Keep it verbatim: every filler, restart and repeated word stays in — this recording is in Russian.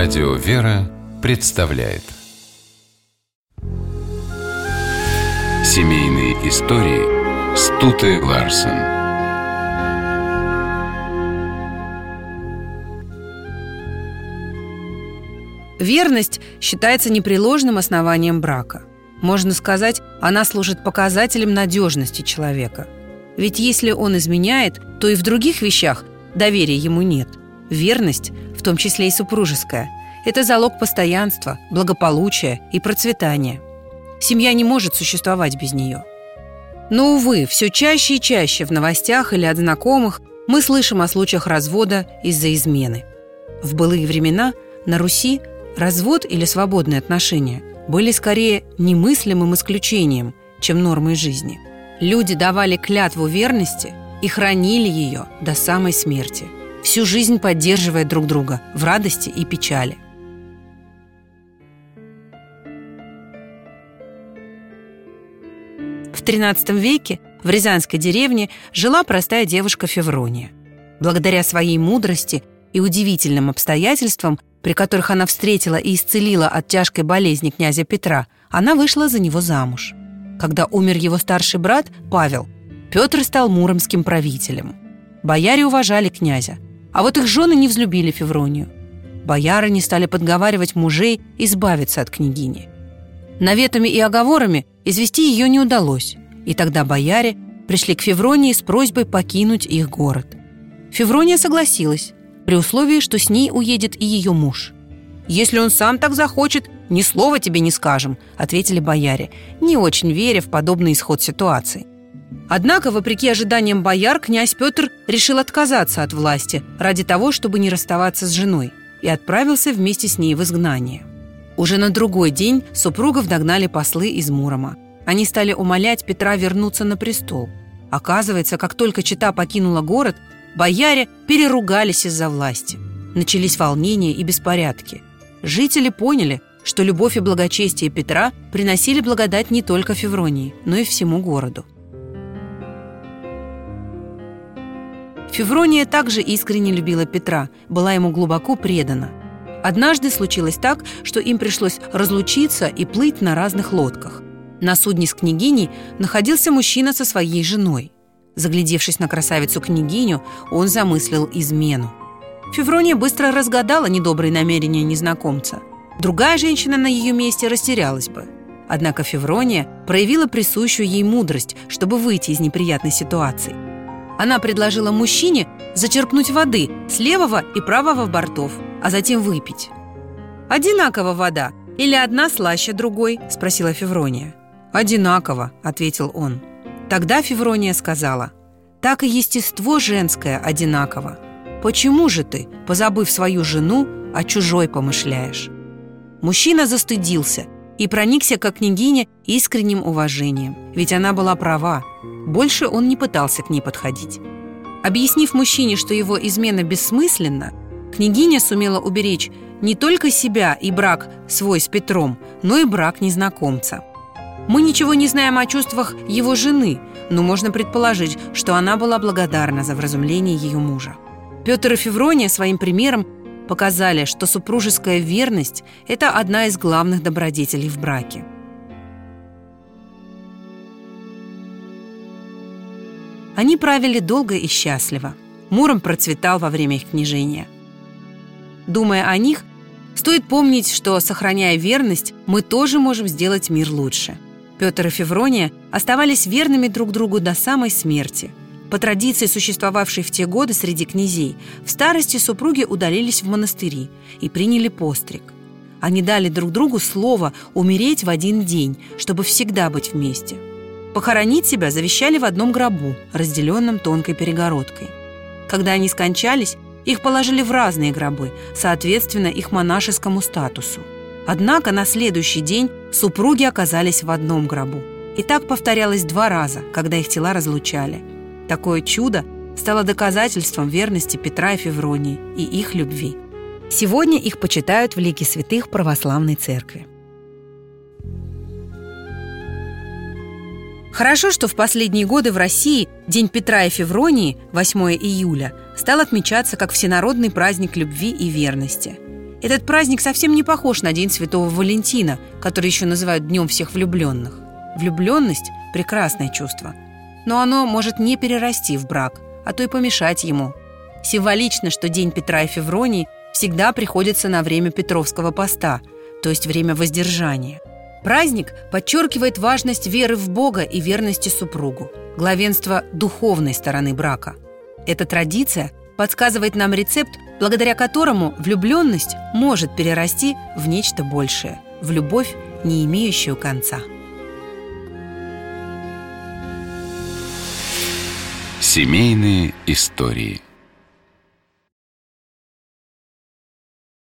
Радио «Вера» представляет семейные истории Стуте Ларсен. Верность считается непреложным основанием брака. Можно сказать, она служит показателем надежности человека. Ведь если он изменяет, то и в других вещах доверия ему нет. Верность, в том числе и супружеская, это залог постоянства, благополучия и процветания. Семья не может существовать без нее. Но, увы, все чаще и чаще в новостях или от знакомых мы слышим о случаях развода из-за измены. В былые времена на Руси развод или свободные отношения были скорее немыслимым исключением, чем нормой жизни. Люди давали клятву верности и хранили ее до самой смерти, всю жизнь поддерживая друг друга в радости и печали. В тринадцатом веке в рязанской деревне жила простая девушка Феврония. Благодаря своей мудрости и удивительным обстоятельствам, при которых она встретила и исцелила от тяжкой болезни князя Петра, она вышла за него замуж. Когда умер его старший брат Павел, Петр стал муромским правителем. Бояре уважали князя, а вот их жены не взлюбили Февронию. Боярыни стали подговаривать мужей избавиться от княгини. Наветами и оговорами извести ее не удалось, и тогда бояре пришли к Февронии с просьбой покинуть их город. Феврония согласилась, при условии, что с ней уедет и ее муж. «Если он сам так захочет, ни слова тебе не скажем», — ответили бояре, не очень веря в подобный исход ситуации. Однако, вопреки ожиданиям бояр, князь Петр решил отказаться от власти ради того, чтобы не расставаться с женой, и отправился вместе с ней в изгнание. Уже на другой день супругов догнали послы из Мурома. Они стали умолять Петра вернуться на престол. Оказывается, как только чета покинула город, бояре переругались из-за власти. Начались волнения и беспорядки. Жители поняли, что любовь и благочестие Петра приносили благодать не только Февронии, но и всему городу. Феврония также искренне любила Петра, была ему глубоко предана. Однажды случилось так, что им пришлось разлучиться и плыть на разных лодках. На судне с княгиней находился мужчина со своей женой. Заглядевшись на красавицу-княгиню, он замыслил измену. Феврония быстро разгадала недобрые намерения незнакомца. Другая женщина на ее месте растерялась бы. Однако Феврония проявила присущую ей мудрость, чтобы выйти из неприятной ситуации. Она предложила мужчине зачерпнуть воды с левого и правого бортов, а затем выпить. «Одинаково вода или одна слаще другой?» – спросила Феврония. «Одинаково», – ответил он. Тогда Феврония сказала: «Так и естество женское одинаково. Почему же ты, позабыв свою жену, о чужой помышляешь?» Мужчина застыдился и проникся к княгине искренним уважением, ведь она была права. Больше он не пытался к ней подходить. Объяснив мужчине, что его измена бессмысленна, княгиня сумела уберечь не только себя и брак свой с Петром, но и брак незнакомца. Мы ничего не знаем о чувствах его жены, но можно предположить, что она была благодарна за вразумление ее мужа. Петр и Феврония своим примером показали, что супружеская верность – это одна из главных добродетелей в браке. Они правили долго и счастливо. Муром процветал во время их княжения. Думая о них, стоит помнить, что, сохраняя верность, мы тоже можем сделать мир лучше. Петр и Феврония оставались верными друг другу до самой смерти. По традиции, существовавшей в те годы среди князей, в старости супруги удалились в монастыри и приняли постриг. Они дали друг другу слово умереть в один день, чтобы всегда быть вместе. Похоронить себя завещали в одном гробу, разделенном тонкой перегородкой. Когда они скончались, их положили в разные гробы, соответственно их монашескому статусу. Однако на следующий день супруги оказались в одном гробу. И так повторялось два раза, когда их тела разлучали. Такое чудо стало доказательством верности Петра и Февронии и их любви. Сегодня их почитают в лике святых православной церкви. Хорошо, что в последние годы в России День Петра и Февронии, восьмое июля, стал отмечаться как всенародный праздник любви и верности. Этот праздник совсем не похож на День Святого Валентина, который еще называют Днем всех влюбленных. Влюбленность – прекрасное чувство, но оно может не перерасти в брак, а то и помешать ему. Символично, что День Петра и Февронии всегда приходится на время Петровского поста, то есть время воздержания. Праздник подчеркивает важность веры в Бога и верности супругу, главенство духовной стороны брака. Эта традиция подсказывает нам рецепт, благодаря которому влюбленность может перерасти в нечто большее, в любовь, не имеющую конца. Семейные истории.